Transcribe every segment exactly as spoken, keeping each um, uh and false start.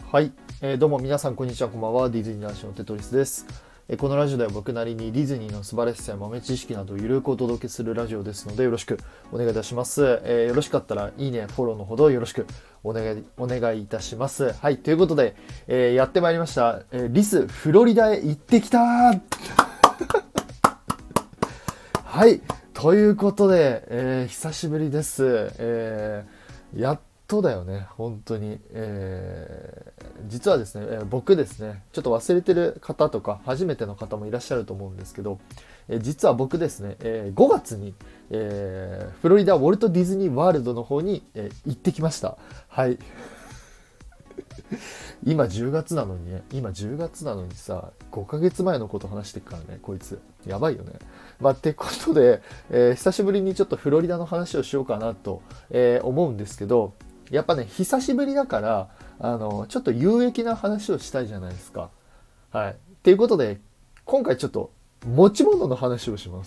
はい、えーどうも皆さんこんにちは、こんばんは。ディズニー男子のテトリスです。えーこのラジオでは僕なりにディズニーの素晴らしさや豆知識などをゆるくお届けするラジオですので、よろしくお願いいたします。えーよろしかったらいいね、フォローのほどよろしくお願いお願いいたします。はい、ということで、えーやってまいりました、えーリスフロリダへ行ってきたーはい、ということで、えー久しぶりです。えーやっとだよね、本当に。えー実はですね、えー僕ですね、ちょっと忘れてる方とか、初めての方もいらっしゃると思うんですけど、えー実は僕ですね、えーごがつに、えーフロリダウォルト・ディズニー・ワールドの方に、えー行ってきました。はい。今じゅうがつなのにね、今じゅうがつなのにさ、ごかげつまえのこと話してっからね、こいつ。やばいよね。まあ、ってことで、えー久しぶりにちょっとフロリダの話をしようかなと、えー思うんですけど、やっぱね、久しぶりだから、あの、ちょっと有益な話をしたいじゃないですか。はい。っていうことで、今回ちょっと持ち物の話をします。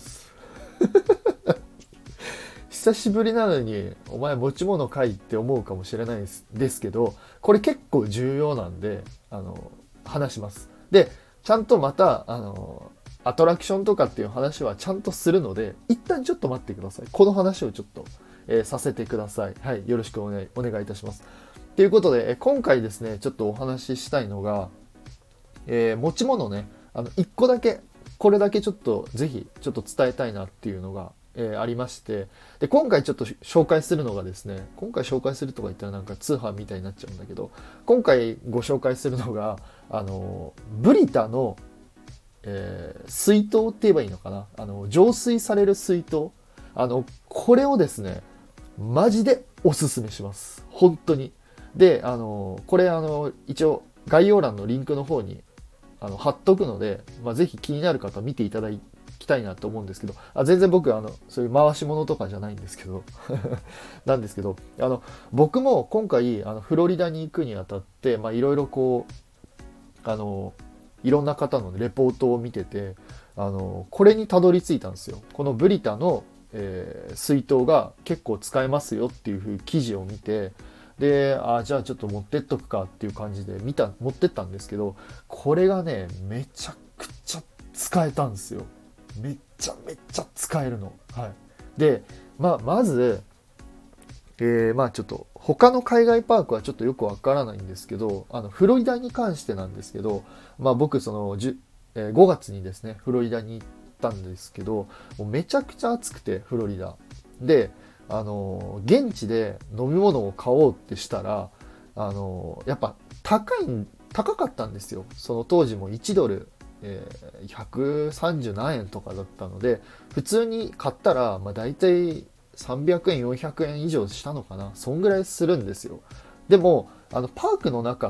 久しぶりなのにお前持ち物かいって思うかもしれないですですけど、これ結構重要なんで、あの話します。でちゃんとまたあのアトラクションとかっていう話はちゃんとするので、一旦ちょっと待ってください。この話をちょっと、えーさせてください。はい、よろしくお願いお願いいたします。ということで、え今回ですね、ちょっとお話ししたいのが、えー持ち物ね、あのいっこだけ、これだけちょっとぜひちょっと伝えたいなっていうのが、えーありまして、で今回ちょっと紹介するのがですね、今回紹介するとか言ったらなんか通販みたいになっちゃうんだけど、今回ご紹介するのがあのブリタの、えー水筒って言えばいいのかな、あの浄水される水筒、あのこれをですね、マジでおすすめします、本当に。であのこれあの一応概要欄のリンクの方にあの貼っとくので、まあ、ぜひ気になる方は見ていただきたいなと思うんですけど、あ全然僕あのそういう回し物とかじゃないんですけどなんですけど、あの僕も今回あのフロリダに行くにあたって、まあ、いろいろこうあのいろんな方のレポートを見てて、あのこれにたどり着いたんですよ。このブリタの、えー水筒が結構使えますよっていう風記事を見て、であじゃあちょっと持ってっとくかっていう感じで見た持ってったんですけど、これがねめちゃくちゃ使えたんですよ。めちゃめちゃ使えるの。はい。で、まあ、まず、えーまあちょっと他の海外パークはちょっとよくわからないんですけど、あのフロリダに関してなんですけど、まあ、僕そのじゅ、えーごがつにですねフロリダに行ったんですけど、もうめちゃくちゃ暑くてフロリダで、あのー現地で飲み物を買おうってしたら、あのーやっぱ高い高かったんですよ。その当時もいちドル、えーひゃくさんじゅう何円とかだったので、普通に買ったら、まあ、大体さんびゃくえんよんひゃくえん以上したのかな、そんぐらいするんですよ。でもあのパークの中って、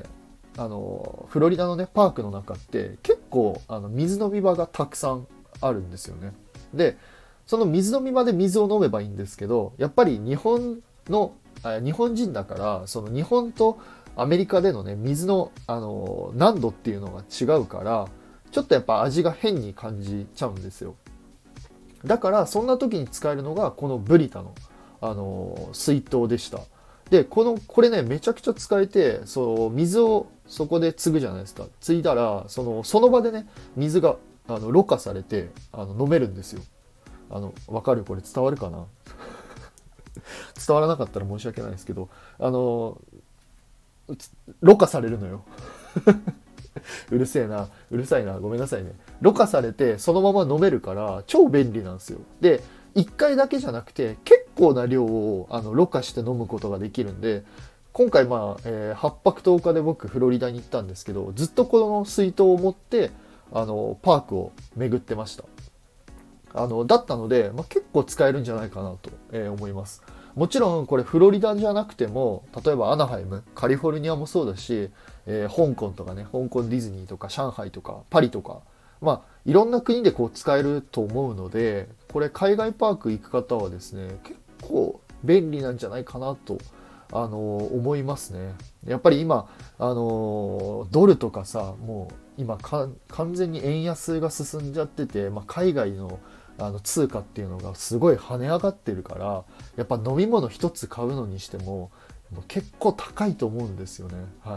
あのフロリダのねパークの中って結構あの水飲み場がたくさんあるんですよね。でその水飲み場で水を飲めばいいんですけど、やっぱり日本のあ日本人だから、その日本とアメリカでのね水の、あの難度っていうのが違うから、ちょっとやっぱ味が変に感じちゃうんですよ。だからそんな時に使えるのがこのブリタの、あの水筒でした。でこのこれねめちゃくちゃ使えて、そう水をそこで継ぐじゃないですか。継いだらそのその場でね水があのろ過されてあの飲めるんですよ。あのわかる？これ伝わるかな？伝わらなかったら申し訳ないですけど、あのろ過されるのよ。うるせえな、うるさいな、ごめんなさいね。ろ過されてそのまま飲めるから超便利なんですよ。でいっかいだけじゃなくて結構な量をあのろ過して飲むことができるんで、今回まあ、えー、はっぱくとおかで僕フロリダに行ったんですけど、ずっとこの水筒を持ってあのパークを巡ってました。あのだったので、まあ、結構使えるんじゃないかなと、えー思います。もちろんこれフロリダじゃなくても、例えばアナハイム、カリフォルニアもそうだし、えー香港とかね、香港ディズニーとか上海とかパリとか、まあいろんな国でこう使えると思うので、これ海外パーク行く方はですね結構便利なんじゃないかなと、あのー思いますね。やっぱり今、あのードルとかさ、もう今か完全に円安が進んじゃってて、まあ、海外のあの通貨っていうのがすごい跳ね上がってるから、やっぱ飲み物一つ買うのにしてももう結構高いと思うんですよね。はい。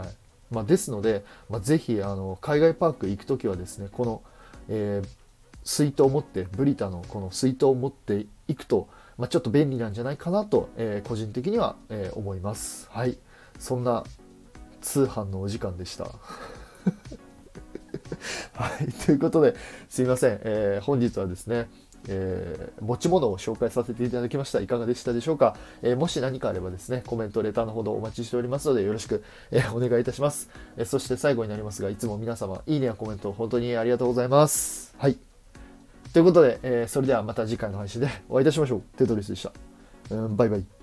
まあ、ですので、まあ、ぜひあの海外パーク行くときはですね、この、えー水筒を持って、ブリタのこの水筒を持っていくと、まあ、ちょっと便利なんじゃないかなと、えー個人的には、えー思います。はい。そんな通販のお時間でした。はい。ということで、すいません。えー本日はですね、えー持ち物を紹介させていただきました。いかがでしたでしょうか。えーもし何かあればですね、コメント、レターのほどお待ちしておりますので、よろしく、えーお願いいたします。えーそして最後になりますが、いつも皆様、いいねやコメント、本当にありがとうございます。はい。ということで、えーそれではまた次回の配信でお会いいたしましょう。テトリスでした。うん、バイバイ。